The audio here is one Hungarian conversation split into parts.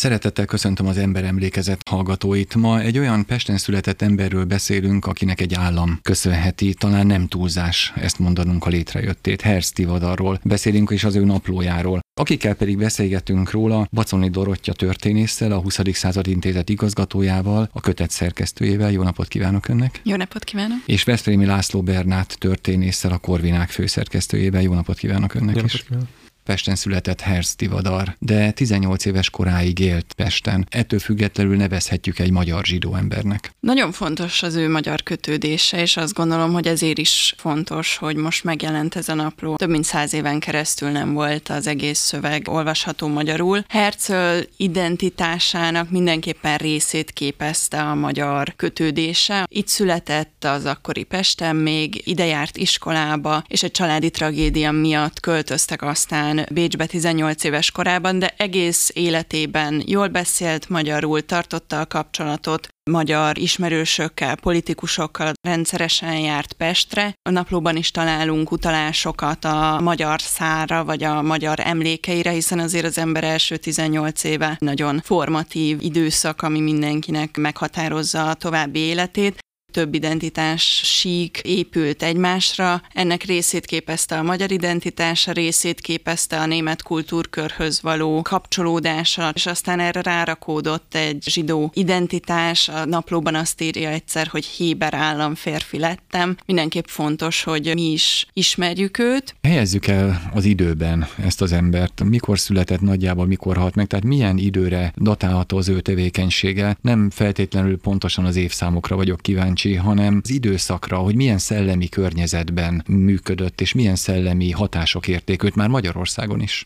Szeretettel köszöntöm az Emberemlékezet hallgatóit. Ma egy olyan Pesten született emberről beszélünk, akinek egy állam köszönheti, talán nem túlzás ezt mondanunk a létrejöttét. Herz Tivadarról beszélünk és az ő naplójáról. Akikkel pedig beszélgetünk róla, Baconi Dorottya történésszel, a 20. század intézet igazgatójával, a kötet szerkesztőjével. Jó napot kívánok önnek! Jó napot kívánok! És Veszprémi László Bernát történésszel, a Korvinák főszerkesztőjével. Jó napot kívánok önnek! Jó napot kívánok! Pesten született Herz Tivadar, de 18 éves koráig élt Pesten. Ettől függetlenül nevezhetjük egy magyar zsidó embernek. Nagyon fontos az ő magyar kötődése, és azt gondolom, hogy ezért is fontos, hogy most megjelent ez a napló. Több mint 100 éven keresztül nem volt az egész szöveg olvasható magyarul. Herzl identitásának mindenképpen részét képezte a magyar kötődése. Itt született az akkori Pesten, még ide járt iskolába, és egy családi tragédia miatt költöztek aztán Bécsbe 18 éves korában, de egész életében jól beszélt magyarul, tartotta a kapcsolatot magyar ismerősökkel, politikusokkal, rendszeresen járt Pestre. A naplóban is találunk utalásokat a magyar szárra, vagy a magyar emlékeire, hiszen azért az ember első 18 éve nagyon formatív időszak, ami mindenkinek meghatározza a további életét. Több identitás sík épült egymásra, ennek részét képezte a magyar identitása, részét képezte a német kultúrkörhöz való kapcsolódása, és aztán erre rárakódott egy zsidó identitás. A naplóban azt írja egyszer, hogy héber államférfi lettem. Mindenképp fontos, hogy mi is ismerjük őt. Helyezzük el az időben ezt az embert. Mikor született nagyjából, mikor halt meg, tehát milyen időre datálható az ő tevékenysége. Nem feltétlenül pontosan az évszámokra vagyok kíváncsi, hanem az időszakra, hogy milyen szellemi környezetben működött, és milyen szellemi hatások érték őt már Magyarországon is.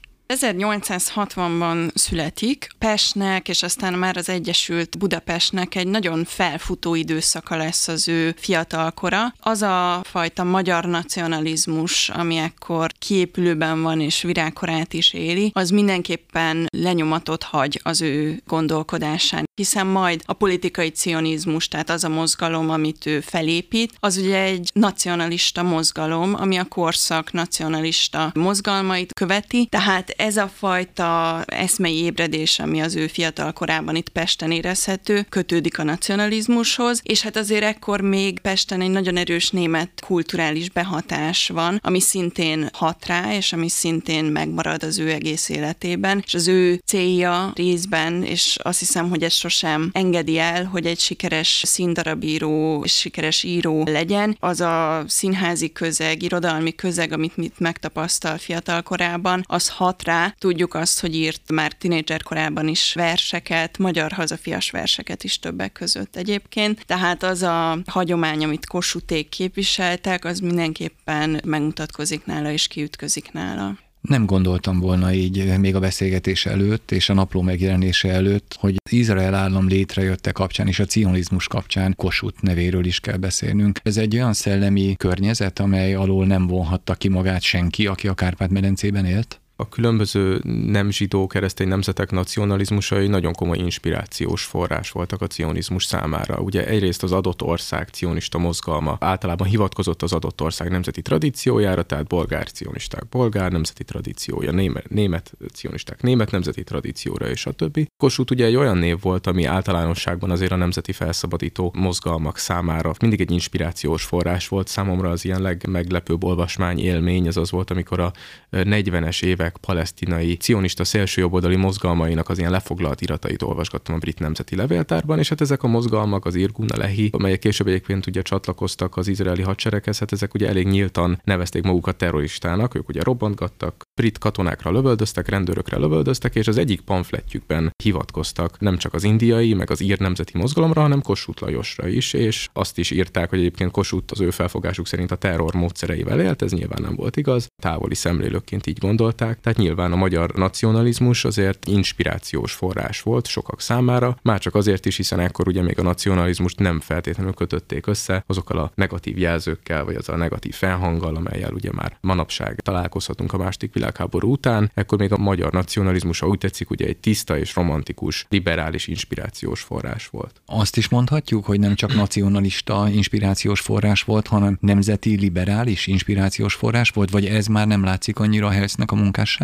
1860-ban születik, Pestnek, és aztán már az Egyesült Budapestnek egy nagyon felfutó időszaka lesz az ő fiatalkora. Az a fajta magyar nacionalizmus, ami ekkor kiépülőben van és virágkorát is éli, az mindenképpen lenyomatot hagy az ő gondolkodásán, hiszen majd a politikai cionizmus, tehát az a mozgalom, amit ő felépít, az ugye egy nacionalista mozgalom, ami a korszak nacionalista mozgalmait követi, tehát ez a fajta eszmei ébredés, ami az ő fiatal korában itt Pesten érezhető, kötődik a nacionalizmushoz, és hát azért ekkor még Pesten egy nagyon erős német kulturális behatás van, ami szintén hat rá, és ami szintén megmarad az ő egész életében, és az ő célja részben, és azt hiszem, hogy ez sosem engedi el, hogy egy sikeres színdarabíró, sikeres író legyen, az a színházi közeg, irodalmi közeg, amit mit megtapasztal fiatal korában, az hat rá. Tudjuk azt, hogy írt már tinédzser korában is verseket, magyar hazafias verseket is többek között egyébként. Tehát az a hagyomány, amit Kossuthték képviseltek, az mindenképpen megmutatkozik nála és kiütközik nála. Nem gondoltam volna így még a beszélgetés előtt és a napló megjelenése előtt, hogy az Izrael állam létrejötte kapcsán és a cionizmus kapcsán Kossuth nevéről is kell beszélnünk. Ez egy olyan szellemi környezet, amely alól nem vonhatta ki magát senki, aki a Kárpát-medencében élt? A különböző nem zsidó keresztény nemzetek nacionalizmusai nagyon komoly inspirációs forrás voltak a cionizmus számára. Ugye egyrészt az adott ország cionista mozgalma általában hivatkozott az adott ország nemzeti tradíciójára, tehát bolgár cionisták bolgár nemzeti tradíciója, német cionisták német nemzeti tradícióra, és a többi. Kossuth ugye egy olyan név volt, ami általánosságban azért a nemzeti felszabadító mozgalmak számára mindig egy inspirációs forrás volt. Számomra az ilyen legmeglepőbb olvasmány élmény az volt, amikor a 40-es évek palesztinai cionista szélsőjobboldali mozgalmainak az ilyen lefoglalt iratait olvasgattam a brit nemzeti levéltárban, és hát ezek a mozgalmak, az Irgun, a Lehi, amelyek később egyébként ugye csatlakoztak az izraeli hadsereghez, hát ezek ugye elég nyíltan nevezték magukat terroristának, ők ugye robbantgattak, brit katonákra lövöldöztek, rendőrökre lövöldöztek, és az egyik pamfletjükben hivatkoztak nem csak az indiai, meg az ír nemzeti mozgalomra, hanem Kossuth Lajosra is, és azt is írták, hogy egyébként Kossuth az ő felfogásuk szerint a terror módszereivel élt, ez nyilván nem volt igaz, távoli szemlélőként így gondolták. Tehát nyilván a magyar nacionalizmus azért inspirációs forrás volt sokak számára, már csak azért is, hiszen ekkor ugye még a nacionalizmust nem feltétlenül kötötték össze azokkal a negatív jelzőkkel, vagy az a negatív felhanggal, amellyel ugye már manapság találkozhatunk a második világháború után. Ekkor még a magyar nacionalizmus, ha úgy tetszik, ugye egy tiszta és romantikus, liberális inspirációs forrás volt. Azt is mondhatjuk, hogy nem csak nacionalista inspirációs forrás volt, hanem nemzeti liberális inspirációs forrás volt, vagy ez már nem látszik annyira a Herznek a munkásságán?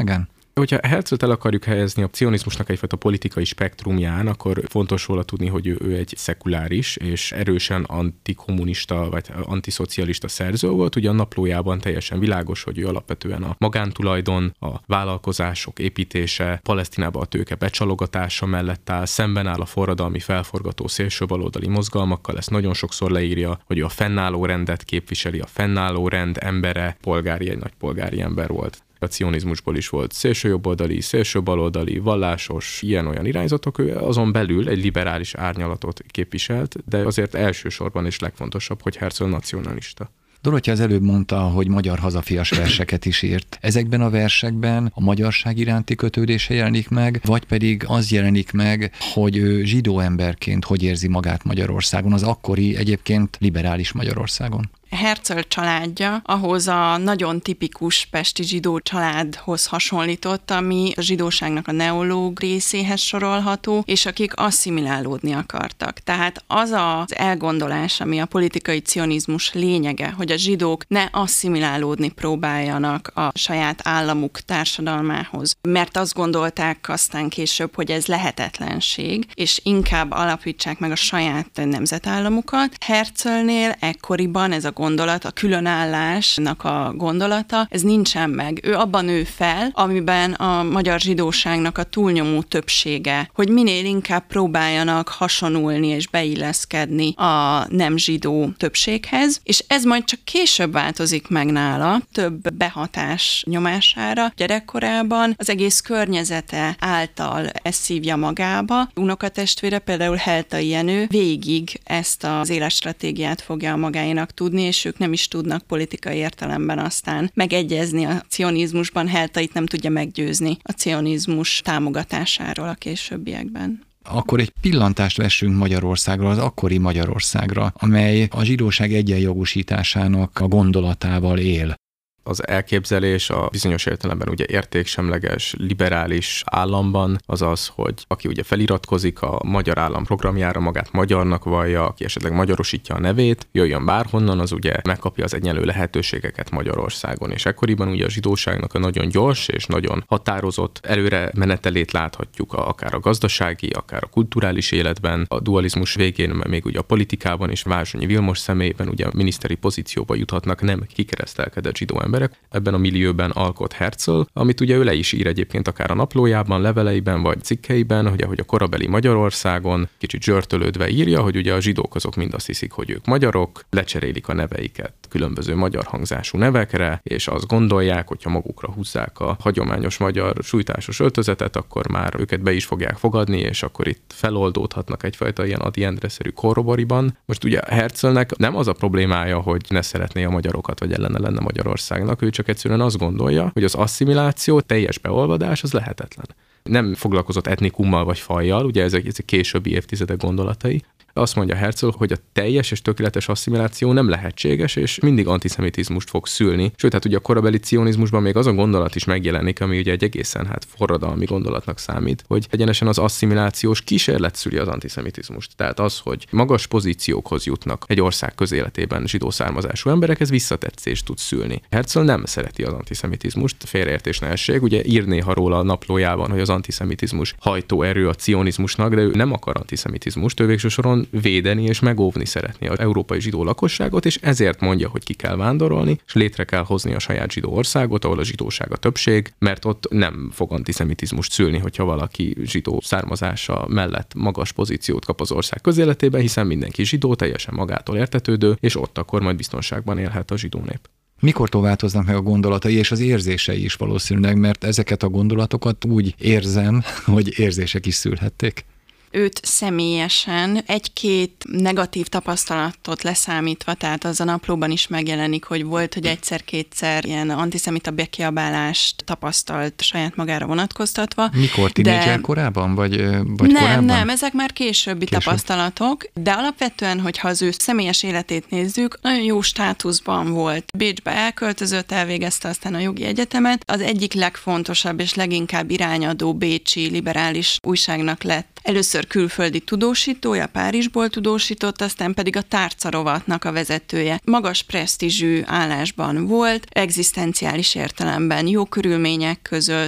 Hogyha Herzlt el akarjuk helyezni a cionizmusnak egyfajta politikai spektrumján, akkor fontos róla tudni, hogy ő egy szekuláris és erősen antikommunista vagy antiszocialista szerző volt. Ugye a naplójában teljesen világos, hogy ő alapvetően a magántulajdon, a vállalkozások építése, Palesztinában a tőke becsalogatása mellett áll, szemben áll a forradalmi felforgató szélsőbaloldali mozgalmakkal, ezt nagyon sokszor leírja, hogy ő a fennálló rendet képviseli, a fennálló rend embere, egy nagy polgári ember volt. A cionizmusból is volt szélsőjobboldali, szélsőbaloldali, vallásos, ilyen-olyan irányzatok, ő azon belül egy liberális árnyalatot képviselt, de azért elsősorban és legfontosabb, hogy Herzl nacionalista. Dorottya az előbb mondta, hogy magyar hazafias verseket is írt. Ezekben a versekben a magyarság iránti kötődése jelenik meg, vagy pedig az jelenik meg, hogy ő zsidó emberként hogy érzi magát Magyarországon, az akkori egyébként liberális Magyarországon. Herzl családja ahhoz a nagyon tipikus pesti zsidó családhoz hasonlított, ami a zsidóságnak a neológ részéhez sorolható, és akik asszimilálódni akartak. Tehát az az elgondolás, ami a politikai cionizmus lényege, hogy a zsidók ne asszimilálódni próbáljanak a saját államuk társadalmához, mert azt gondolták aztán később, hogy ez lehetetlenség, és inkább alapítsák meg a saját nemzetállamukat. Herzlnél ekkoriban ez a gondolat, a különállásnak a gondolata, ez nincsen meg. Ő abban nő fel, amiben a magyar zsidóságnak a túlnyomó többsége, hogy minél inkább próbáljanak hasonulni és beilleszkedni a nem zsidó többséghez, és ez majd csak később változik meg nála, több behatás nyomására. Gyerekkorában az egész környezete által ezt szívja magába. Unokatestvére, például Heltai Jenő végig ezt az életstratégiát fogja magáénak tudni, és ők nem is tudnak politikai értelemben aztán megegyezni a cionizmusban. Heltait nem tudja meggyőzni a cionizmus támogatásáról a későbbiekben. Akkor egy pillantást vessünk Magyarországra, az akkori Magyarországra, amely a zsidóság egyenjogosításának a gondolatával él. Az elképzelés a bizonyos értelemben ugye értéksemleges, liberális államban az az, hogy aki ugye feliratkozik a magyar állam programjára, magát magyarnak vallja, aki esetleg magyarosítja a nevét, jöjjön bárhonnan, az ugye megkapja az egyenlő lehetőségeket Magyarországon. És ekkoriban ugye a zsidóságnak a nagyon gyors és nagyon határozott előre menetelét láthatjuk akár a gazdasági, akár a kulturális életben. A dualizmus végén még ugye a politikában és Vázsonyi Vilmos személyében ugye a miniszteri pozícióba juthatnak nem kikeresztelkedett zsidó emberek. Ebben a millióben alkot Herzl, amit ugye ő le is ír egyébként akár a naplójában, leveleiben vagy cikkeiben, hogy a korabeli Magyarországon kicsit zsörtölődve írja, hogy ugye a zsidók azok mind azt hiszik, hogy ők magyarok, lecserélik a neveiket különböző magyar hangzású nevekre, és azt gondolják, hogyha magukra húzzák a hagyományos magyar sújtásos öltözetet, akkor már őket be is fogják fogadni, és akkor itt feloldódhatnak egyfajta ilyen Ady Endre-szerű korroboriban. Most ugye Herzlnek nem az a problémája, hogy ne szeretné a magyarokat, vagy ellene lenne Magyarország. Ő csak egyszerűen azt gondolja, hogy az asszimiláció, teljes beolvadás az lehetetlen. Nem foglalkozott etnikummal vagy fajjal, ugye ezek későbbi évtizedek gondolatai. Azt mondja Herzl, hogy a teljes és tökéletes asszimiláció nem lehetséges, és mindig antiszemitizmust fog szülni. Sőt, hát ugye a korabeli cionizmusban még az a gondolat is megjelenik, ami ugye egy egészen forradalmi gondolatnak számít, hogy egyenesen az asszimilációs kísérlet szüli az antiszemitizmust. Tehát az, hogy magas pozíciókhoz jutnak egy ország közéletében zsidó származású emberek, ez visszatetszést tud szülni. Herzl nem szereti az antiszemitizmust, félreértés ne essék, ugye ír néha róla a naplójában, hogy az antiszemitizmus hajtóerő a cionizmusnak, de ő nem akar antiszemitizmust, ő végső soron védeni és megóvni szeretné az európai zsidó lakosságot, és ezért mondja, hogy ki kell vándorolni, és létre kell hozni a saját zsidó országot, ahol a zsidóság a többség, mert ott nem fog antiszemitizmust szülni, hogyha valaki zsidó származása mellett magas pozíciót kap az ország közéletében, hiszen mindenki zsidó, teljesen magától értetődő, és ott akkor majd biztonságban élhet a zsidó nép. Mikortól változnak meg a gondolatai és az érzései is valószínűleg, mert ezeket a gondolatokat úgy érzem, hogy érzések is szülhették. Őt személyesen egy-két negatív tapasztalatot leszámítva, tehát az a naplóban is megjelenik, hogy volt, hogy egyszer-kétszer ilyen antiszemita bekiabálást tapasztalt saját magára vonatkoztatva. Mikor, tínédzser korában? Vagy nem, korábban? Nem, ezek már későbbi tapasztalatok, de alapvetően, hogyha az ő személyes életét nézzük, nagyon jó státuszban volt. Bécsbe elköltözött, elvégezte aztán a jogi egyetemet. Az egyik legfontosabb és leginkább irányadó bécsi liberális újságnak lett először külföldi tudósítója, Párizsból tudósított, aztán pedig a tárcarovatnak a vezetője. Magas presztízsű állásban volt, egzisztenciális értelemben, jó körülmények között,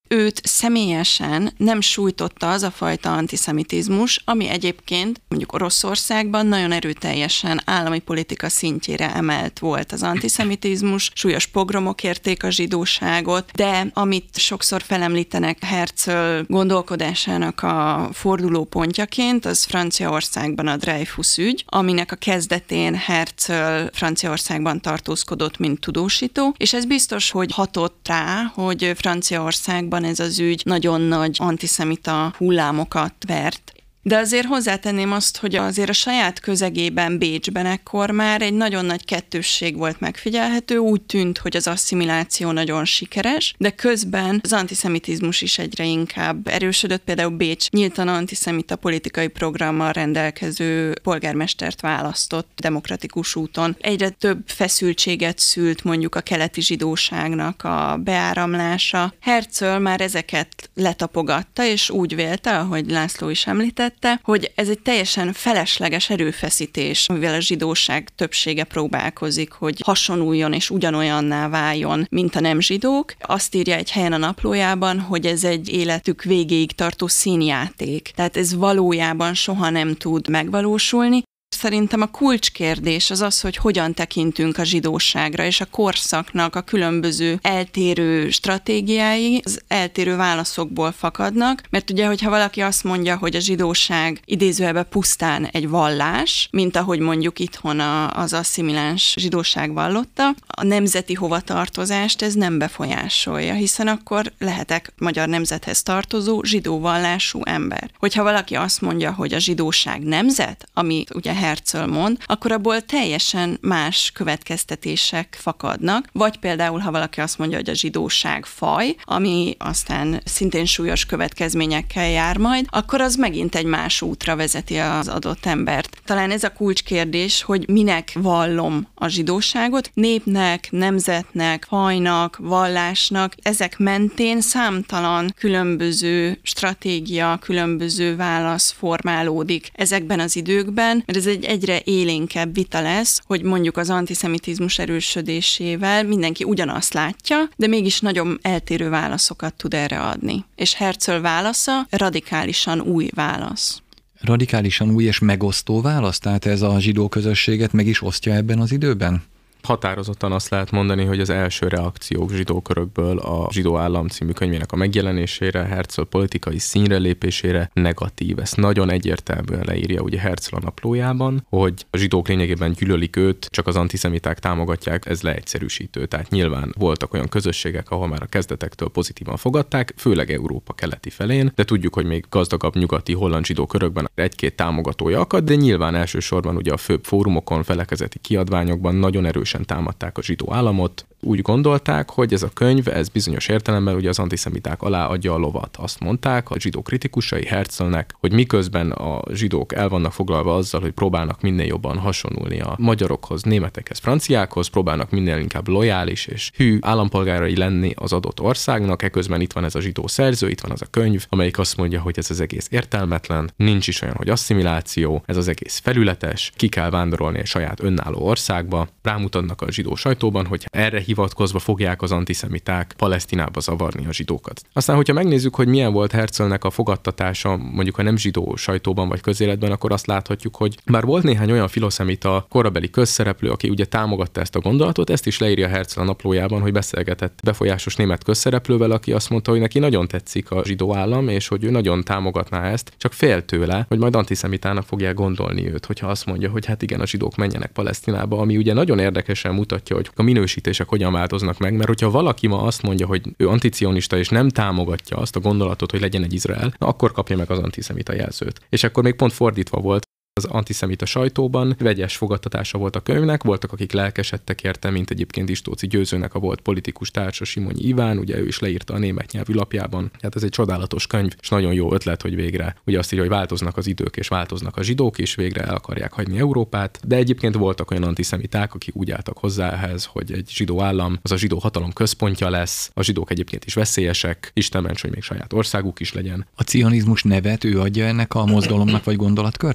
Őt személyesen nem sújtotta az a fajta antiszemitizmus, ami egyébként mondjuk Oroszországban nagyon erőteljesen állami politika szintjére emelt volt az antiszemitizmus, súlyos pogromok érték a zsidóságot, de amit sokszor felemlítenek Herzl gondolkodásának a fordulópontjaként, az Franciaországban a Dreyfus ügy, aminek a kezdetén Herzl Franciaországban tartózkodott, mint tudósító, és ez biztos, hogy hatott rá, hogy Franciaországban ez az ügy nagyon nagy antiszemita hullámokat vert. De azért hozzátenném azt, hogy azért a saját közegében, Bécsben ekkor már egy nagyon nagy kettősség volt megfigyelhető, úgy tűnt, hogy az asszimiláció nagyon sikeres, de közben az antiszemitizmus is egyre inkább erősödött, például Bécs nyíltan antiszemita politikai programmal rendelkező polgármestert választott demokratikus úton. Egyre több feszültséget szült mondjuk a keleti zsidóságnak a beáramlása. Herzl már ezeket letapogatta, és úgy vélte, ahogy László is említett, hogy ez egy teljesen felesleges erőfeszítés, mivel a zsidóság többsége próbálkozik, hogy hasonuljon és ugyanolyanná váljon, mint a nem zsidók. Azt írja egy helyen a naplójában, hogy ez egy életük végéig tartó színjáték. Tehát ez valójában soha nem tud megvalósulni. Szerintem a kulcskérdés az, hogy hogyan tekintünk a zsidóságra, és a korszaknak a különböző eltérő stratégiái az eltérő válaszokból fakadnak, mert ugye, hogyha valaki azt mondja, hogy a zsidóság idézőjelben pusztán egy vallás, mint ahogy mondjuk itthon az asszimiláns zsidóság vallotta, a nemzeti hovatartozást ez nem befolyásolja, hiszen akkor lehetek magyar nemzethez tartozó zsidó vallású ember. Hogyha valaki azt mondja, hogy a zsidóság nemzet, ami ugye Herzl mond, akkor abból teljesen más következtetések fakadnak, vagy például, ha valaki azt mondja, hogy a zsidóság faj, ami aztán szintén súlyos következményekkel jár majd, akkor az megint egy más útra vezeti az adott embert. Talán ez a kulcskérdés, hogy minek vallom a zsidóságot, népnek, nemzetnek, fajnak, vallásnak, ezek mentén számtalan különböző stratégia, különböző válasz formálódik ezekben az időkben, mert ez egy egyre élénkebb vita lesz, hogy mondjuk az antiszemitizmus erősödésével mindenki ugyanazt látja, de mégis nagyon eltérő válaszokat tud erre adni. És Herzl válasza radikálisan új válasz. Radikálisan új és megosztó válasz? Tehát ez a zsidó közösséget meg is osztja ebben az időben? Határozottan azt lehet mondani, hogy az első reakciók zsidó körökből a Zsidó Állam című könyvének a megjelenésére, Herzl politikai színre lépésére negatív. Ezt nagyon egyértelműen leírja ugye Herzl a naplójában, hogy a zsidók lényegében gyűlölik őt, csak az antiszemiták támogatják, ez leegyszerűsítő. Tehát nyilván voltak olyan közösségek, ahol már a kezdetektől pozitívan fogadták, főleg Európa keleti felén, de tudjuk, hogy még gazdagabb nyugati holland zsidó körökben egy-két támogatója akad, de nyilván elsősorban ugye a főbb fórumokon, felekezeti kiadványokban nagyon erősen támadták a Zsidó Államot. Úgy gondolták, hogy ez a könyv, ez bizonyos értelemben ugye az antiszemiták alá adja a lovat. Azt mondták a zsidó kritikusai Herzlnek, hogy miközben a zsidók el vannak foglalva azzal, hogy próbálnak minél jobban hasonulni a magyarokhoz, németekhez, franciákhoz, próbálnak minél inkább lojális és hű állampolgárai lenni az adott országnak, eközben itt van ez a zsidó szerző, itt van az a könyv, amelyik azt mondja, hogy ez az egész értelmetlen, nincs is olyan, hogy asszimiláció, ez az egész felületes, ki kell vándorolni egy saját önálló országba. Rámutatnak a zsidó sajtóban, hogy erre hivatkozva fogják az antiszemiták Palesztinába zavarni a zsidókat. Aztán, hogyha megnézzük, hogy milyen volt Herzlnek a fogadtatása mondjuk a nem zsidó sajtóban vagy közéletben, akkor azt láthatjuk, hogy már volt néhány olyan filoszemita korabeli közszereplő, aki ugye támogatta ezt a gondolatot, ezt is leírja Herzl a naplójában, hogy beszélgetett befolyásos német közszereplővel, aki azt mondta, hogy neki nagyon tetszik a zsidó állam, és hogy ő nagyon támogatná ezt, csak fél tőle, hogy majd antiszemitának fogják gondolni őt, hogyha azt mondja, hogy hát igen, a zsidók menjenek Palesztinába, ami ugye nagyon érdekesen mutatja, hogy a minősítések hogyan változnak meg, mert hogyha valaki ma azt mondja, hogy ő anticionista és nem támogatja azt a gondolatot, hogy legyen egy Izrael, akkor kapja meg az antiszemita jelzőt. És akkor még pont fordítva volt. Az antiszemita sajtóban vegyes fogadtatása volt a könyvnek, voltak, akik lelkesedtek érte, mint egyébként Istóczy Győzőnek a volt politikus társa Simonyi Iván, ugye ő is leírta a német nyelvű lapjában. Hát ez egy csodálatos könyv, és nagyon jó ötlet, hogy végre ugye azt írja, hogy változnak az idők és változnak a zsidók, és végre el akarják hagyni Európát, de egyébként voltak olyan antiszemiták, akik úgy álltak hozzá ehhez, hogy egy zsidó állam az a zsidó hatalom központja lesz, a zsidók egyébként is veszélyesek, Isten ments, hogy még saját országuk is legyen. A cionizmus nevet ő adja ennek a mozgalomnak vagy gondolatkörnek?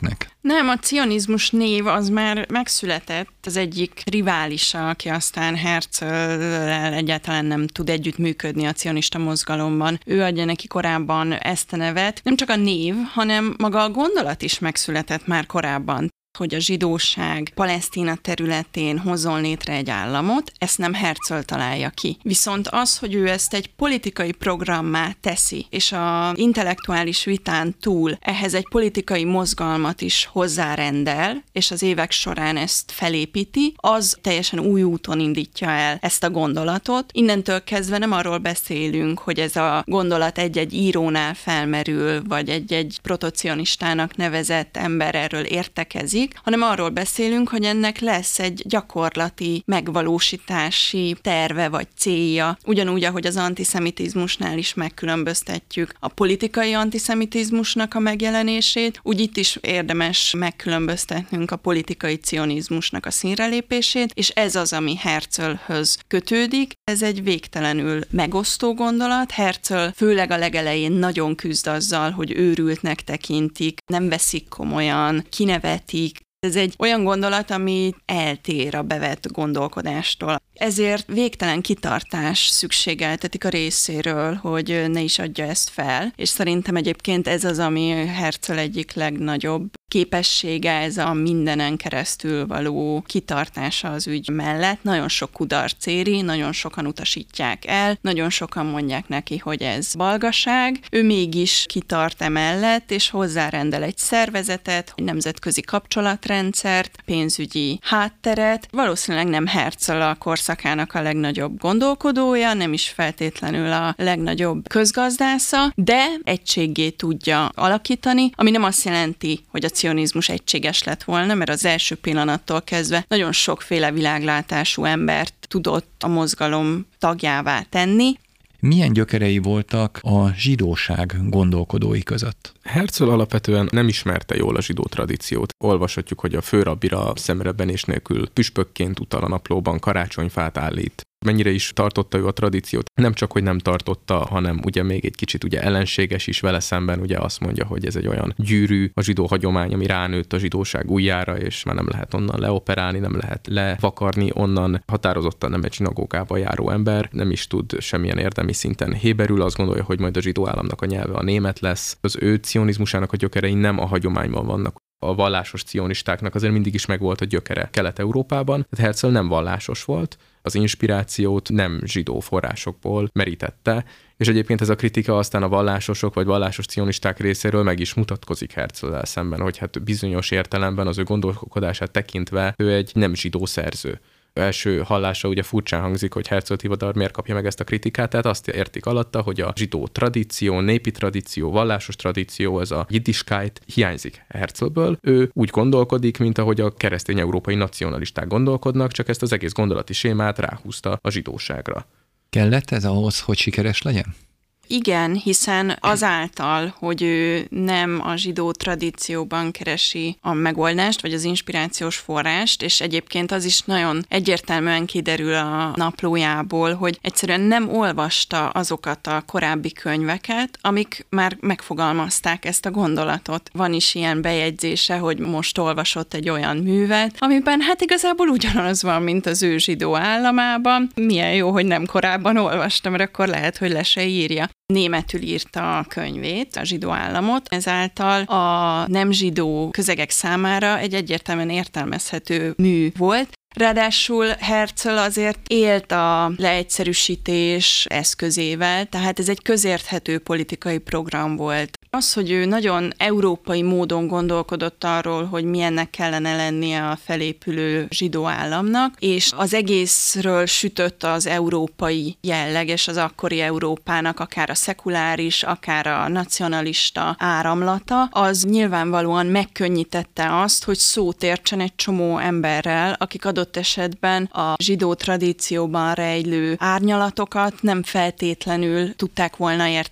Nem, a cionizmus név az már megszületett, az egyik riválisa, aki aztán Herzl-lel egyáltalán nem tud együttműködni a cionista mozgalomban. Ő adja neki korábban ezt a nevet. Nem csak a név, hanem maga a gondolat is megszületett már korábban, hogy a zsidóság Palesztina területén hozzon létre egy államot, ezt nem Herzl találja ki. Viszont az, hogy ő ezt egy politikai programmá teszi, és a intellektuális vitán túl ehhez egy politikai mozgalmat is hozzárendel, és az évek során ezt felépíti, az teljesen új úton indítja el ezt a gondolatot. Innentől kezdve nem arról beszélünk, hogy ez a gondolat egy-egy írónál felmerül, vagy egy-egy protocionistának nevezett ember erről értekezik, hanem arról beszélünk, hogy ennek lesz egy gyakorlati megvalósítási terve vagy célja. Ugyanúgy, ahogy az antiszemitizmusnál is megkülönböztetjük a politikai antiszemitizmusnak a megjelenését, úgy itt is érdemes megkülönböztetnünk a politikai cionizmusnak a színrelépését, és ez az, ami Herzlhöz kötődik. Ez egy végtelenül megosztó gondolat. Herzl főleg a legelején nagyon küzd azzal, hogy őrültnek tekintik, nem veszik komolyan, kinevetik. Ez egy olyan gondolat, ami eltér a bevett gondolkodástól. Ezért végtelen kitartás szükségeltetik a részéről, hogy ne is adja ezt fel, és szerintem egyébként ez az, ami Herzl egyik legnagyobb képessége, ez a mindenen keresztül való kitartása az ügy mellett. Nagyon sok kudarc éri, nagyon sokan utasítják el, nagyon sokan mondják neki, hogy ez balgaság. Ő mégis kitart emellett, és hozzárendel egy szervezetet, egy nemzetközi kapcsolatrendszert, pénzügyi hátteret. Valószínűleg nem Herzl a korszakának a legnagyobb gondolkodója, nem is feltétlenül a legnagyobb közgazdásza, de egységgé tudja alakítani, ami nem azt jelenti, hogy a cionizmus egységes lett volna, mert az első pillanattól kezdve nagyon sokféle világlátású embert tudott a mozgalom tagjává tenni. Milyen gyökerei voltak a zsidóság gondolkodói között? Herzl alapvetően nem ismerte jól a zsidó tradíciót. Olvashatjuk, hogy a főrabbira szemrebenés nélkül püspökként utal a naplóban, karácsonyfát állít. Mennyire is tartotta ő a tradíciót. Nem csak, hogy nem tartotta, hanem ugye még egy kicsit ugye ellenséges is vele szemben, ugye azt mondja, hogy ez egy olyan gyűrű, a zsidó hagyomány, ami ránőtt a zsidóság ujjára, és már nem lehet onnan leoperálni, nem lehet levakarni onnan. Határozottan nem egy zsinagógába járó ember, nem is tud semmilyen érdemi szinten héberül, azt gondolja, hogy majd a zsidó államnak a nyelve a német lesz. Az ő cionizmusának a gyökerei nem a hagyományban vannak. A vallásos cionistáknak azért mindig is megvolt a gyökere Kelet-Európában, tehát Herzl nem vallásos volt, az inspirációt nem zsidó forrásokból merítette, és egyébként ez a kritika aztán a vallásosok vagy vallásos cionisták részéről meg is mutatkozik Herzl-lel szemben, hogy hát bizonyos értelemben az ő gondolkodását tekintve ő egy nem zsidó szerző. Első hallásra ugye furcsán hangzik, hogy Herzl Tivadar miért kapja meg ezt a kritikát, tehát azt értik alatta, hogy a zsidó tradíció, népi tradíció, vallásos tradíció, ez a Jiddischkeit hiányzik Herzlből. Ő úgy gondolkodik, mint ahogy a keresztény európai nacionalisták gondolkodnak, csak ezt az egész gondolati sémát ráhúzta a zsidóságra. Kellett ez ahhoz, hogy sikeres legyen? Igen, hiszen azáltal, hogy ő nem a zsidó tradícióban keresi a megoldást, vagy az inspirációs forrást, és egyébként az is nagyon egyértelműen kiderül a naplójából, hogy egyszerűen nem olvasta azokat a korábbi könyveket, amik már megfogalmazták ezt a gondolatot. Van is ilyen bejegyzése, hogy most olvasott egy olyan művet, amiben hát igazából ugyanaz van, mint az ő zsidó államában. Milyen jó, hogy nem korábban olvastam, mert akkor lehet, hogy le se írja. Németül írta a könyvét, a zsidó államot, ezáltal a nem zsidó közegek számára egy egyértelműen értelmezhető mű volt. Ráadásul Herzl azért élt a leegyszerűsítés eszközével, tehát ez egy közérthető politikai program volt. Az, hogy ő nagyon európai módon gondolkodott arról, hogy milyennek kellene lennie a felépülő zsidó államnak, és az egészről sütött az európai jelleg, és az akkori Európának akár a szekuláris, akár a nacionalista áramlata, az nyilvánvalóan megkönnyítette azt, hogy szót értsen egy csomó emberrel, akik adott esetben a zsidó tradícióban rejlő árnyalatokat nem feltétlenül tudták volna érteni.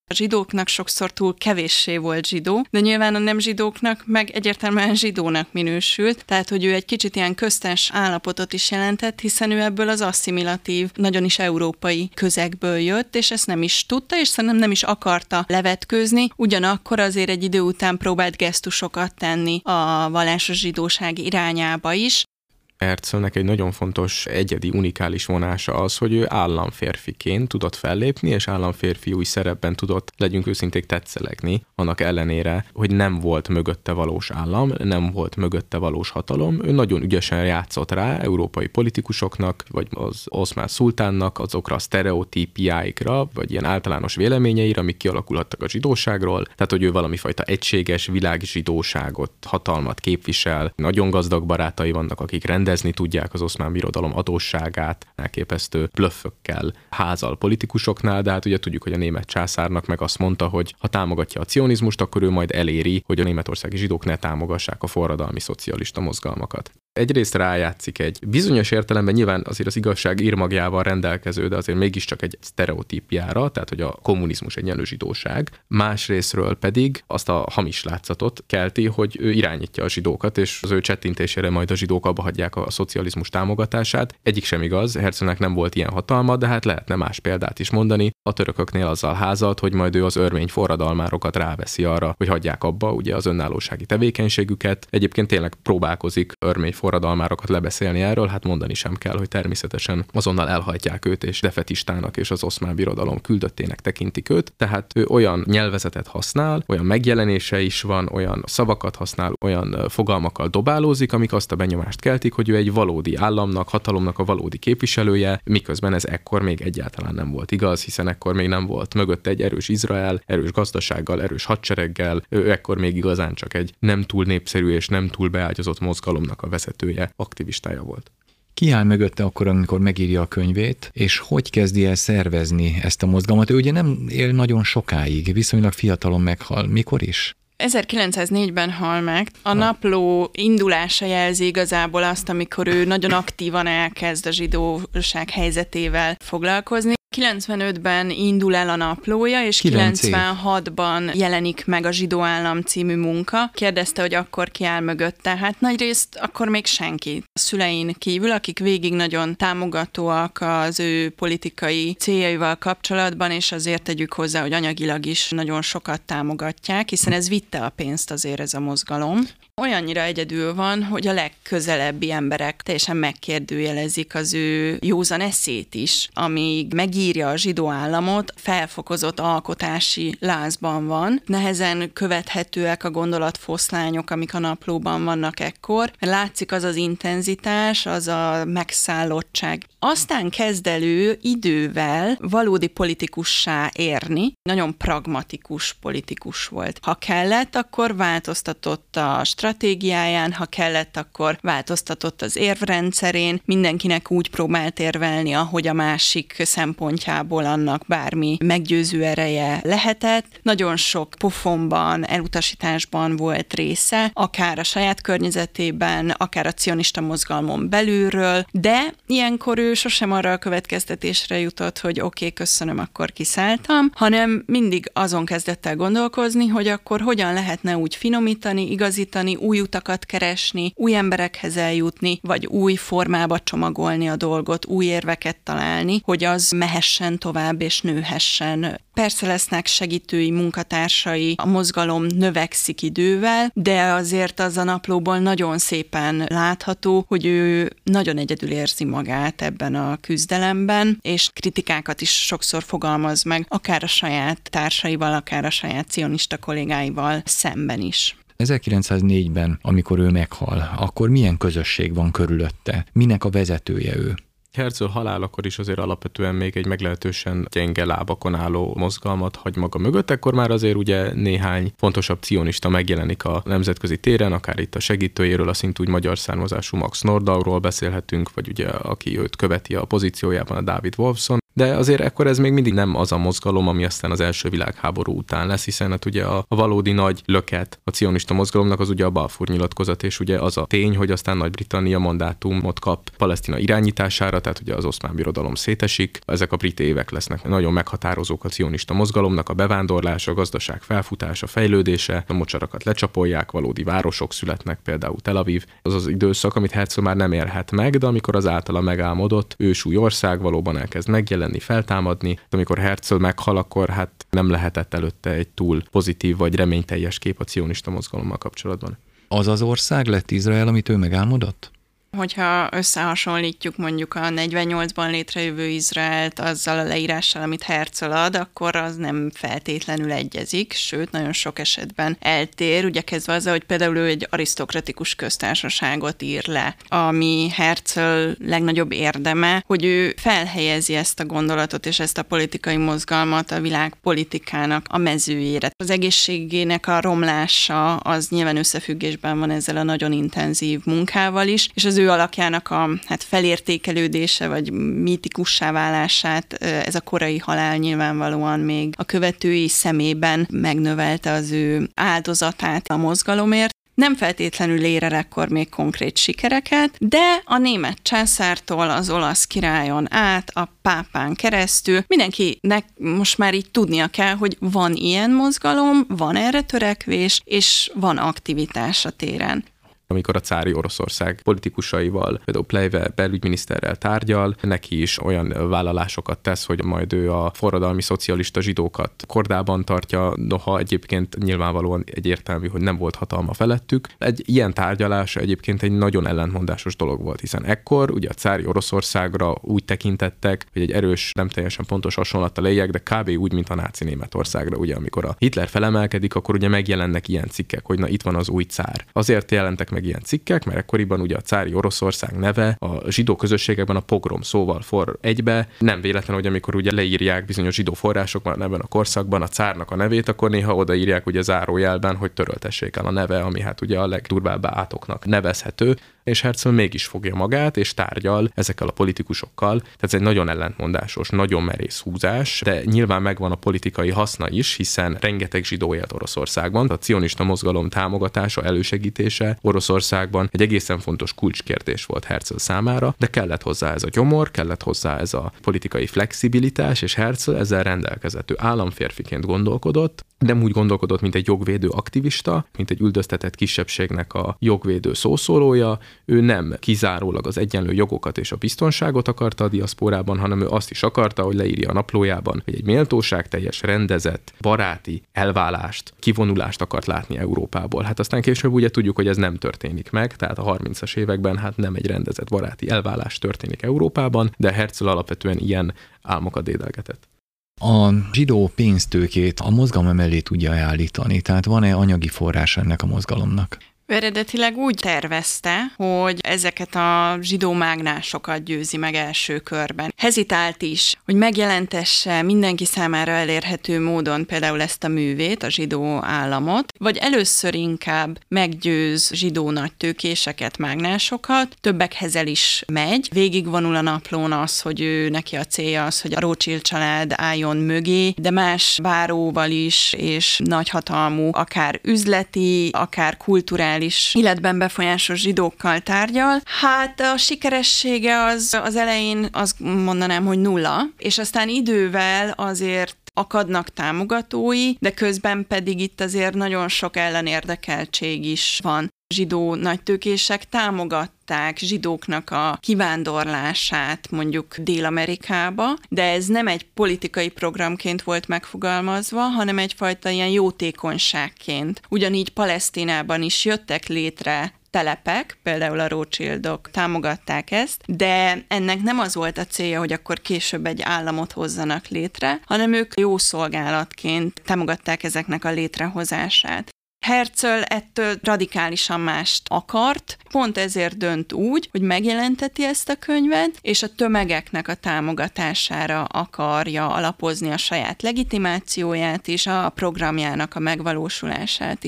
A zsidóknak sokszor túl kevéssé volt zsidó, de nyilván a nem zsidóknak meg egyértelműen zsidónak minősült, tehát hogy ő egy kicsit ilyen köztes állapotot is jelentett, hiszen ő ebből az asszimilatív, nagyon is európai közegből jött, és ezt nem is tudta, és szerintem nem is akarta levetkőzni, ugyanakkor azért egy idő után próbált gesztusokat tenni a vallásos zsidóság irányába is. Herzlnek egy nagyon fontos, egyedi, unikális vonása az, hogy ő államférfiként tudott fellépni, és államférfiúi szerepben tudott, legyünk őszinték, tetszelegni, annak ellenére, hogy nem volt mögötte valós állam, nem volt mögötte valós hatalom. Ő nagyon ügyesen játszott rá európai politikusoknak, vagy az oszmán szultánnak azokra a sztereotípiáikra, vagy ilyen általános véleményeire, amik kialakulhattak a zsidóságról. Tehát, hogy ő valami fajta egységes világzsidóságot, hatalmat képvisel. Nagyon gazdag barátai vannak, akik rendezni tudják az oszmán birodalom adósságát, elképesztő blöffökkel házal politikusoknál, de hát ugye tudjuk, hogy a német császárnak meg azt mondta, hogy ha támogatja a cionizmust, akkor ő majd eléri, hogy a németországi zsidók ne támogassák a forradalmi szocialista mozgalmakat. Egyrészt rájátszik egy bizonyos értelemben nyilván azért az igazság írmagjával rendelkező, de azért mégiscsak egy sztereotípiára, tehát hogy a kommunizmus egyenlő zsidóság. Másrészről pedig azt a hamis látszatot kelti, hogy ő irányítja a zsidókat, és az ő csettintésére majd a zsidók abbahagyják a szocializmus támogatását. Egyik sem igaz, Herzlnek nem volt ilyen hatalma, de hát lehetne más példát is mondani. A törököknél azzal házalt, hogy majd ő az örmény forradalmárokat ráveszi arra, hogy hagyják abba ugye az önállósági tevékenységüket. Egyébként tényleg próbálkozik örmény forradalmárokat lebeszélni erről, hát mondani sem kell, hogy természetesen azonnal elhajtják őt, és defetistának és az oszmán birodalom küldöttének tekintik őt. Tehát ő olyan nyelvezetet használ, olyan megjelenése is van, olyan szavakat használ, olyan fogalmakkal dobálózik, amik azt a benyomást keltik, hogy ő egy valódi államnak, hatalomnak a valódi képviselője, miközben ez ekkor még egyáltalán nem volt igaz, hiszen ekkor még nem volt mögött egy erős Izrael, erős gazdasággal, erős hadsereggel, ő ekkor még igazán csak egy nem túl népszerű és nem túl beágyazott mozgalomnak a vezetője, aktivistája volt. Ki áll mögötte akkor, amikor megírja a könyvét, és hogy kezdi el szervezni ezt a mozgalmat? Ő ugye nem él nagyon sokáig, viszonylag fiatalon meghal. Mikor is? 1904-ben hal meg. A napló indulása jelzi igazából azt, amikor ő nagyon aktívan elkezd a zsidóság helyzetével foglalkozni. 95-ben indul el a naplója, és 96-ban jelenik meg a Zsidó Állam című munka. Kérdezte, hogy akkor ki áll mögötte. Hát nagyrészt akkor még senki. A szülein kívül, akik végig nagyon támogatóak az ő politikai céljaival kapcsolatban, és azért tegyük hozzá, hogy anyagilag is nagyon sokat támogatják, hiszen ez vitte a pénzt azért ez a mozgalom. Olyannyira egyedül van, hogy a legközelebbi emberek teljesen megkérdőjelezik az ő józan eszét is, amíg megírja a zsidó államot, felfokozott alkotási lázban van. Nehezen követhetőek a gondolatfoszlányok, amik a naplóban vannak ekkor. Látszik az az intenzitás, az a megszállottság. Aztán kezd elő idővel valódi politikussá érni. Nagyon pragmatikus politikus volt. Ha kellett, akkor változtatott a stratégiáján, ha kellett, akkor változtatott az érvrendszerén, mindenkinek úgy próbált érvelni, ahogy a másik szempontjából annak bármi meggyőző ereje lehetett. Nagyon sok pofonban, elutasításban volt része, akár a saját környezetében, akár a cionista mozgalmon belülről, de ilyenkor ő sosem arra a következtetésre jutott, hogy oké, köszönöm, akkor kiszálltam, hanem mindig azon kezdett el gondolkozni, hogy akkor hogyan lehetne úgy finomítani, igazítani, új utakat keresni, új emberekhez eljutni, vagy új formába csomagolni a dolgot, új érveket találni, hogy az mehessen tovább és nőhessen. Persze lesznek segítői, munkatársai, a mozgalom növekszik idővel, de azért az a naplóból nagyon szépen látható, hogy ő nagyon egyedül érzi magát ebben a küzdelemben, és kritikákat is sokszor fogalmaz meg, akár a saját társaival, akár a saját cionista kollégáival szemben is. 1904-ben, amikor ő meghal, akkor milyen közösség van körülötte? Minek a vezetője ő? Herzl halálakor is azért alapvetően még egy meglehetősen gyenge lábakon álló mozgalmat hagy maga mögött, ekkor már azért ugye néhány fontosabb cionista megjelenik a nemzetközi téren, akár itt a segítőjéről, a szintúgy magyar származású Max Nordauról beszélhetünk, vagy ugye aki őt követi a pozíciójában, a David Wolfson. De azért ekkor ez még mindig nem az a mozgalom, ami aztán az első világháború után lesz, hiszen hát ugye a valódi nagy löket a cionista mozgalomnak az ugye a Balfour nyilatkozat, és ugye az a tény, hogy aztán Nagy-Britannia mandátumot kap Palesztina irányítására, tehát ugye az Oszmán Birodalom szétesik. Ezek a brit évek lesznek nagyon meghatározók a cionista mozgalomnak, a bevándorlás, a gazdaság felfutása, fejlődése, a mocsarakat lecsapolják, valódi városok születnek, például Tel Aviv. Az az időszak, amit Herzl már nem élhet meg, de amikor az általa megálmodott ősúly ország valóban elkezd megjelenni, feltámadni. De amikor Herzl meghal, akkor hát nem lehetett előtte egy túl pozitív vagy reményteljes kép a cionista mozgalommal kapcsolatban. Az az ország lett Izrael, amit ő megálmodott? Hogyha összehasonlítjuk mondjuk a 48-ban létrejövő Izraelt azzal a leírással, amit Herzl ad, akkor az nem feltétlenül egyezik, sőt, nagyon sok esetben eltér, ugye kezdve azzal, hogy például ő egy arisztokratikus köztársaságot ír le, ami Herzl legnagyobb érdeme, hogy ő felhelyezi ezt a gondolatot és ezt a politikai mozgalmat a világ politikának a mezőjére. Az egészségének a romlása az nyilván összefüggésben van ezzel a nagyon intenzív munkával is, és az ő alakjának a felértékelődése, vagy mítikussá válását ez a korai halál nyilvánvalóan még a követői szemében megnövelte az ő áldozatát a mozgalomért. Nem feltétlenül ér el ekkor még konkrét sikereket, de a német császártól az olasz királyon át, a pápán keresztül mindenkinek most már így tudnia kell, hogy van ilyen mozgalom, van erre törekvés, és van aktivitás a téren. Amikor a cári Oroszország politikusaival, például Plejve belügyminiszterrel tárgyal, neki is olyan vállalásokat tesz, hogy majd ő a forradalmi szocialista zsidókat kordában tartja, noha egyébként nyilvánvalóan egyértelmű, hogy nem volt hatalma felettük. Egy ilyen tárgyalás egyébként egy nagyon ellentmondásos dolog volt, hiszen ekkor ugye a cári Oroszországra úgy tekintettek, hogy egy erős, nem teljesen pontos hasonlattal éljek, de kb. Úgy, mint a náci Németországra, ugye amikor a Hitler felemelkedik, akkor ugye megjelennek ilyen cikkek, hogy na itt van az új cár. Azért jelentek meg ilyen cikkek, mert ekkoriban ugye a cári Oroszország neve a zsidó közösségekben a pogrom szóval for egybe. Nem véletlen, hogy amikor ugye leírják bizonyos zsidó forrásokban ebben a korszakban a cárnak a nevét, akkor néha odaírják ugye zárójelben, hogy töröltessék el a neve, ami hát ugye a legdurvább átoknak nevezhető, és Herzl mégis fogja magát, és tárgyal ezekkel a politikusokkal. Tehát ez egy nagyon ellentmondásos, nagyon merész húzás, de nyilván megvan a politikai haszna is, hiszen rengeteg zsidó élt Oroszországban. A cionista mozgalom támogatása, elősegítése Oroszországban egy egészen fontos kulcskérdés volt Herzl számára, de kellett hozzá ez a gyomor, kellett hozzá ez a politikai flexibilitás, és Herzl ezzel rendelkezett. Ő államférfiként gondolkodott, nem úgy gondolkodott, mint egy jogvédő aktivista, mint egy üldöztetett kisebbségnek a jogvédő szószólója. Ő nem kizárólag az egyenlő jogokat és a biztonságot akarta a diaszpórában, hanem ő azt is akarta, hogy leírja a naplójában, hogy egy méltóságteljes, rendezett, baráti elválást, kivonulást akart látni Európából. Hát aztán később ugye tudjuk, hogy ez nem történik meg, tehát a 30-as években hát nem egy rendezett baráti elválás történik Európában, de Herzl alapvetően ilyen álmokat dédelgetett. A zsidó pénztőkét a mozgalom mellé tudja állítani, tehát van-e anyagi forrás ennek a mozgalomnak? Eredetileg úgy tervezte, hogy ezeket a zsidó mágnásokat győzi meg első körben. Hezitált is, hogy megjelentesse mindenki számára elérhető módon például ezt a művét, a zsidó államot, vagy először inkább meggyőz zsidó nagytőkéseket, mágnásokat, többekhez el is megy. Végigvonul a naplón az, hogy ő neki a célja az, hogy a Rothschild család álljon mögé, de más báróval is, és nagyhatalmú, akár üzleti, akár kulturális életben befolyásos zsidókkal tárgyal. Hát a sikeressége az elején azt mondanám, hogy 0, és aztán idővel azért akadnak támogatói, de közben pedig itt azért nagyon sok ellenérdekeltség is van. Zsidó nagytőkések támogatták zsidóknak a kivándorlását mondjuk Dél-Amerikába, de ez nem egy politikai programként volt megfogalmazva, hanem egyfajta ilyen jótékonyságként. Ugyanígy Palesztinában is jöttek létre telepek, például a Rothschildok támogatták ezt, de ennek nem az volt a célja, hogy akkor később egy államot hozzanak létre, hanem ők jó szolgálatként támogatták ezeknek a létrehozását. Herzl ettől radikálisan mást akart, pont ezért dönt úgy, hogy megjelenteti ezt a könyvet, és a tömegeknek a támogatására akarja alapozni a saját legitimációját is, a programjának a megvalósulását is.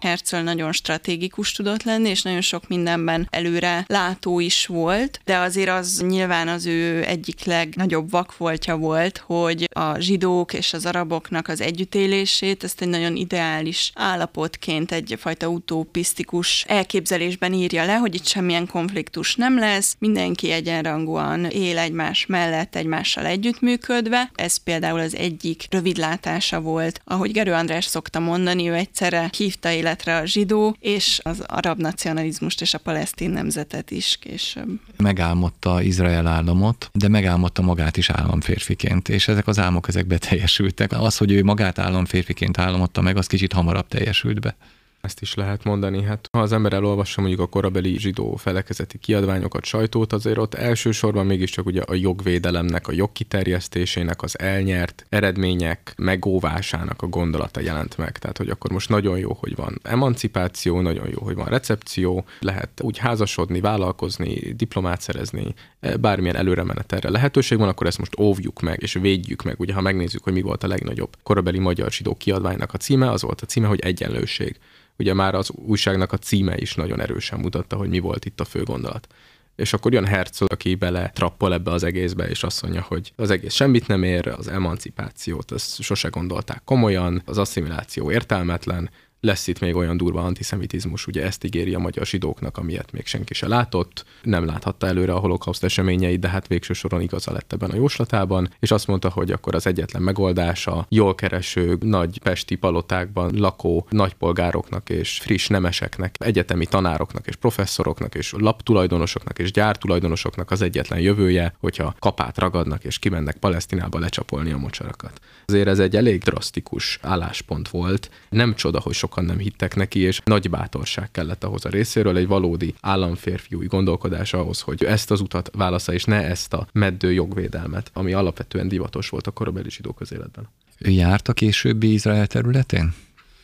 Herzl nagyon stratégikus tudott lenni, és nagyon sok mindenben előre látó is volt, de azért az nyilván az ő egyik legnagyobb vakfoltja volt, hogy a zsidók és az araboknak az együttélését ezt egy nagyon ideális állapotként, egyfajta utopisztikus elképzelésben írja le, hogy itt semmilyen konfliktus nem lesz, mindenki egyenrangúan él egymás mellett, egymással együttműködve. Ez például az egyik rövidlátása volt. Ahogy Gerő András szokta mondani, ő egyszerre hívta életre a zsidó és az arab nacionalizmust és a palesztin nemzetet is később. Megálmodta Izrael államot, de megálmodta magát is államférfiként, és ezek az álmok beteljesültek. Az, hogy ő magát államférfiként álmodta meg, az kicsit hamarabb teljesült be. Ezt is lehet mondani. Hát ha az ember elolvassa mondjuk a korabeli zsidó felekezeti kiadványokat, sajtót, azért ott elsősorban mégiscsak ugye a jogvédelemnek, a jogkiterjesztésének, az elnyert eredmények megóvásának a gondolata jelent meg. Tehát, hogy akkor most nagyon jó, hogy van emancipáció, nagyon jó, hogy van recepció, lehet úgy házasodni, vállalkozni, diplomát szerezni, bármilyen előremenetelre lehetőség van, akkor ezt most óvjuk meg, és védjük meg. Ugye, ha megnézzük, hogy mi volt a legnagyobb korabeli magyar zsidó kiadványnak a címe, az volt a címe, hogy egyenlőség. Ugye már az újságnak a címe is nagyon erősen mutatta, hogy mi volt itt a fő gondolat. És akkor jön Herzl, aki bele trappol ebbe az egészbe, és azt mondja, hogy az egész semmit nem ér, az emancipációt, ezt sose gondolták komolyan, az asszimiláció értelmetlen, lesz itt még olyan durva antiszemitizmus, ugye ezt ígéri a magyar zsidóknak, amilyet még senki se látott, nem láthatta előre a holokauszt eseményeit, de hát végső soron igaza lett ebben a jóslatában, és azt mondta, hogy akkor az egyetlen megoldása jól kereső, nagy pesti palotákban lakó nagypolgároknak és friss nemeseknek, egyetemi tanároknak és professzoroknak és laptulajdonosoknak és gyártulajdonosoknak az egyetlen jövője, hogyha kapát ragadnak és kimennek Palesztinába lecsapolni a mocsarakat. Azért ez egy elég drasztikus álláspont volt, nem csoda, hogy sokan nem hittek neki, és nagy bátorság kellett ahhoz a részéről, egy valódi államférfiúi gondolkodás ahhoz, hogy ezt az utat válasza, és ne ezt a meddő jogvédelmet, ami alapvetően divatos volt a korabeli zsidó közéletben. Ő járt a későbbi Izrael területén?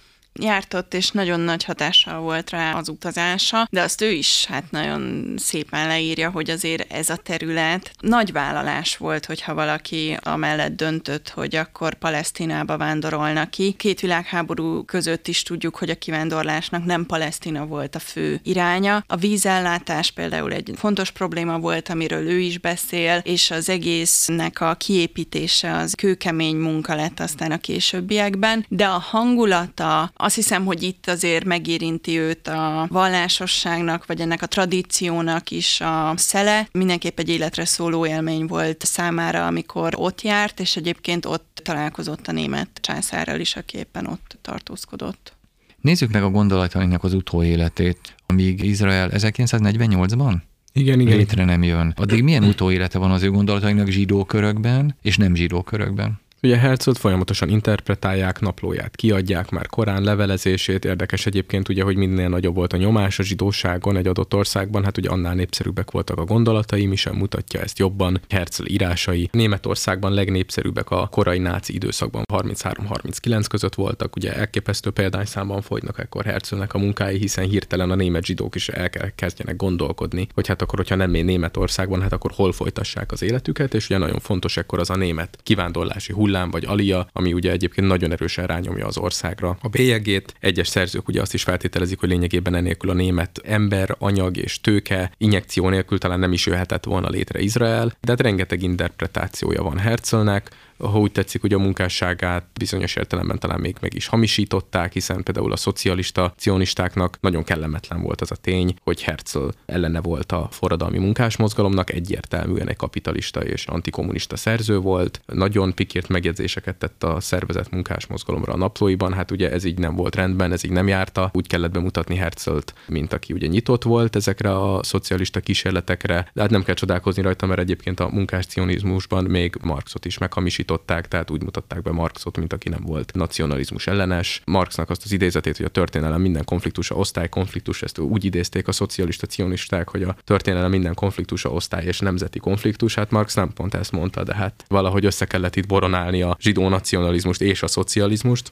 Járt ott, és nagyon nagy hatással volt rá az utazása, de azt ő is hát nagyon szépen leírja, hogy azért ez a terület nagy vállalás volt, hogyha valaki amellett döntött, hogy akkor Palesztinába vándorolnak ki. Két világháború között is tudjuk, hogy a kivándorlásnak nem Palesztina volt a fő iránya. A vízellátás például egy fontos probléma volt, amiről ő is beszél, és az egésznek a kiépítése az kőkemény munka lett aztán a későbbiekben, de a hangulata, azt hiszem, hogy itt azért megérinti őt a vallásosságnak, vagy ennek a tradíciónak is a szele. Mindenképp egy életre szóló élmény volt számára, amikor ott járt, és egyébként ott találkozott a német császárral is, aki éppen ott tartózkodott. Nézzük meg a gondolatainak az utóéletét, amíg Izrael 1948-ban? Igen. Létre nem jön. Addig milyen utóélete van az ő gondolatainak zsidó körökben, és nem zsidó körökben? Ugye Herzlt folyamatosan interpretálják, naplóját kiadják, már korán levelezését. Érdekes egyébként ugye, hogy minél nagyobb volt a nyomás a zsidóságon egy adott országban, hát ugye annál népszerűbbek voltak a gondolatai, mi sem mutatja ezt jobban. Herzl írásai Németországban legnépszerűbbek a korai náci időszakban, 33-39 között voltak, ugye elképesztő példányszámban fogynak ekkor Herzlnek a munkái, hiszen hirtelen a német zsidók is el kell kezdjenek gondolkodni, hogy hát akkor, hogyha nem Németországban, hát akkor hol folytassák az életüket, és ugye nagyon fontos ekkor az a német kivándorlási hullám vagy alia, ami ugye egyébként nagyon erősen rányomja az országra a bélyegét. Egyes szerzők ugye azt is feltételezik, hogy lényegében enélkül a német ember, anyag és tőke injekció nélkül talán nem is jöhetett volna létre Izrael, de hát rengeteg interpretációja van Herzlnek. Ha úgy tetszik, hogy a munkásságát bizonyos értelemben talán még meg is hamisították, hiszen például a szocialista cionistáknak nagyon kellemetlen volt az a tény, hogy Herzl ellene volt a forradalmi munkásmozgalomnak, egyértelműen egy kapitalista és antikommunista szerző volt, nagyon pikírt megjegyzéseket tett a szervezett munkásmozgalomra a naplóiban, hát ugye ez így nem volt rendben, ez így nem járta, úgy kellett bemutatni Herzlt, mint aki ugye nyitott volt ezekre a szocialista kísérletekre, de hát nem kell csodálkozni rajta, mert egyébként a munkáscionizmusban még Marxot is meghamisították, tehát úgy mutatták be Marxot, mint aki nem volt nacionalizmus ellenes. Marxnak azt az idézetét, hogy a történelem minden konfliktusa osztálykonfliktus, ezt úgy idézték a szocialista cionisták, hogy a történelem minden konfliktusa osztály és nemzeti konfliktus. Hát Marx nem pont ezt mondta, de hát valahogy össze kellett itt boronálni a zsidó nacionalizmust és a szocializmust.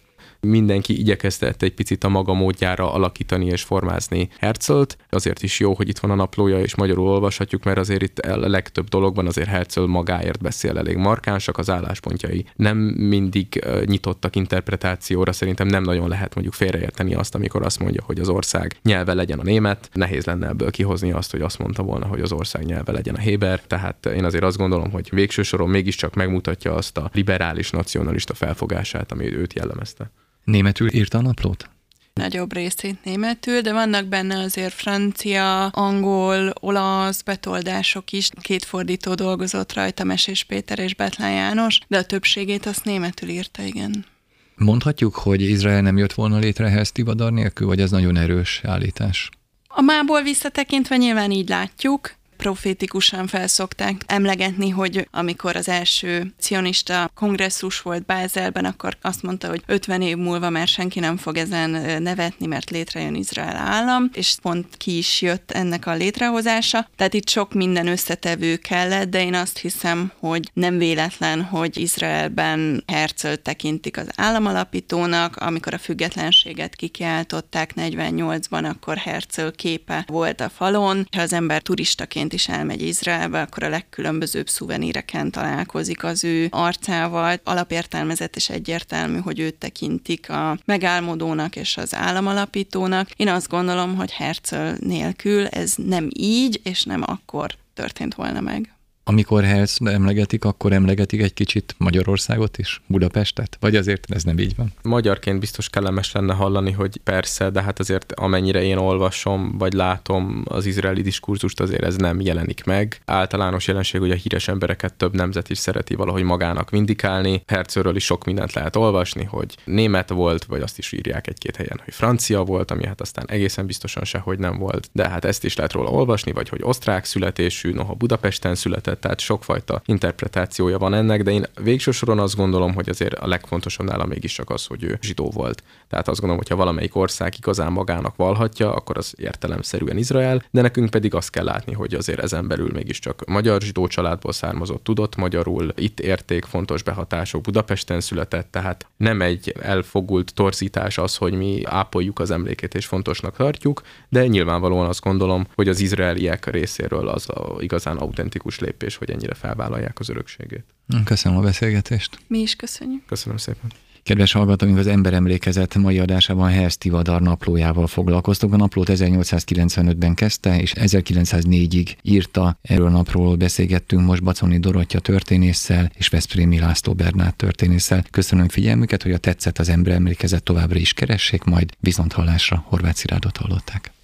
mindenki igyekezett egy picit a maga módjára alakítani és formázni Herzlt. Azért is jó, hogy itt van a naplója, és magyarul olvashatjuk, mert azért itt a legtöbb dologban azért Herzl magáért beszél, elég markánsak az álláspontjai. Nem mindig nyitottak interpretációra, szerintem nem nagyon lehet mondjuk félreérteni azt, amikor azt mondja, hogy az ország nyelve legyen a német. Nehéz lenne ebből kihozni azt, hogy azt mondta volna, hogy az ország nyelve legyen a héber. Tehát én azért azt gondolom, hogy végső soron mégiscsak megmutatja azt a liberális nacionalista felfogását, ami őt jellemezte. Németül írta a naplót? Nagyobb részét németül, de vannak benne azért francia, angol, olasz betoldások is. 2 fordító dolgozott rajta, Mesés Péter és Bethlen János, de a többségét azt németül írta, igen. Mondhatjuk, hogy Izrael nem jött volna létre Herz-Tivadar nélkül, vagy ez nagyon erős állítás? A mából visszatekintve nyilván így látjuk. Profétikusan felszokták emlegetni, hogy amikor az első cionista kongresszus volt Bázelben, akkor azt mondta, hogy 50 év múlva már senki nem fog ezen nevetni, mert létrejön Izrael állam, és pont ki is jött ennek a létrehozása. Tehát itt sok minden összetevő kellett, de én azt hiszem, hogy nem véletlen, hogy Izraelben Herzlt tekintik az államalapítónak. Amikor a függetlenséget kikiáltották 48-ban, akkor Herzl képe volt a falon. Ha az ember turistaként is elmegy Izraelbe, akkor a legkülönbözőbb szuveníreken találkozik az ő arcával. Alapértelmezett és egyértelmű, hogy őt tekintik a megálmodónak és az államalapítónak. Én azt gondolom, hogy Herzl nélkül ez nem így, és nem akkor történt volna meg. Amikor Herzl emlegetik, akkor emlegetik egy kicsit Magyarországot is, Budapestet? Vagy azért ez nem így van? Magyarként biztos kellemes lenne hallani, hogy persze, de hát azért amennyire én olvasom, vagy látom az izraeli diskurzust, azért ez nem jelenik meg. Általános jelenség, hogy a híres embereket több nemzet is szereti valahogy magának vindikálni. Herzlről is sok mindent lehet olvasni, hogy német volt, vagy azt is írják egy-két helyen, hogy francia volt, ami hát aztán egészen biztosan sehogy nem volt. De hát ezt is lehet róla olvasni, vagy hogy osztrák születésű, noha Budapesten született, tehát sokfajta interpretációja van ennek, de én végső soron azt gondolom, hogy azért a legfontosabb nála mégiscsak az, hogy ő zsidó volt. Tehát azt gondolom, hogy ha valamelyik ország igazán magának vallhatja, akkor az értelemszerűen Izrael, de nekünk pedig azt kell látni, hogy azért ezen belül mégiscsak magyar zsidó családból származott, tudott magyarul, itt érték, fontos behatások, Budapesten született, tehát nem egy elfogult torzítás az, hogy mi ápoljuk az emlékét és fontosnak tartjuk, de nyilvánvalóan azt gondolom, hogy az izraeliek részéről az a igazán autentikus lépés, hogy ennyire felvállalják az örökségét. Köszönöm a beszélgetést. Mi is köszönjük. Köszönöm szépen. Kedves hallgatóink, az Emberemlékezet mai adásában Herzl-Tivadar naplójával foglalkoztunk. A naplót 1895-ben kezdte, és 1904-ig írta. Erről a napról beszélgettünk most Baconi Dorottya történésszel és Veszprémi László Bernát történésszel. Köszönöm figyelmüket, hogy a tetszett az Emberemlékezet, továbbra is keressék, majd viszonthallásra. Horváth Szilárdot hallották.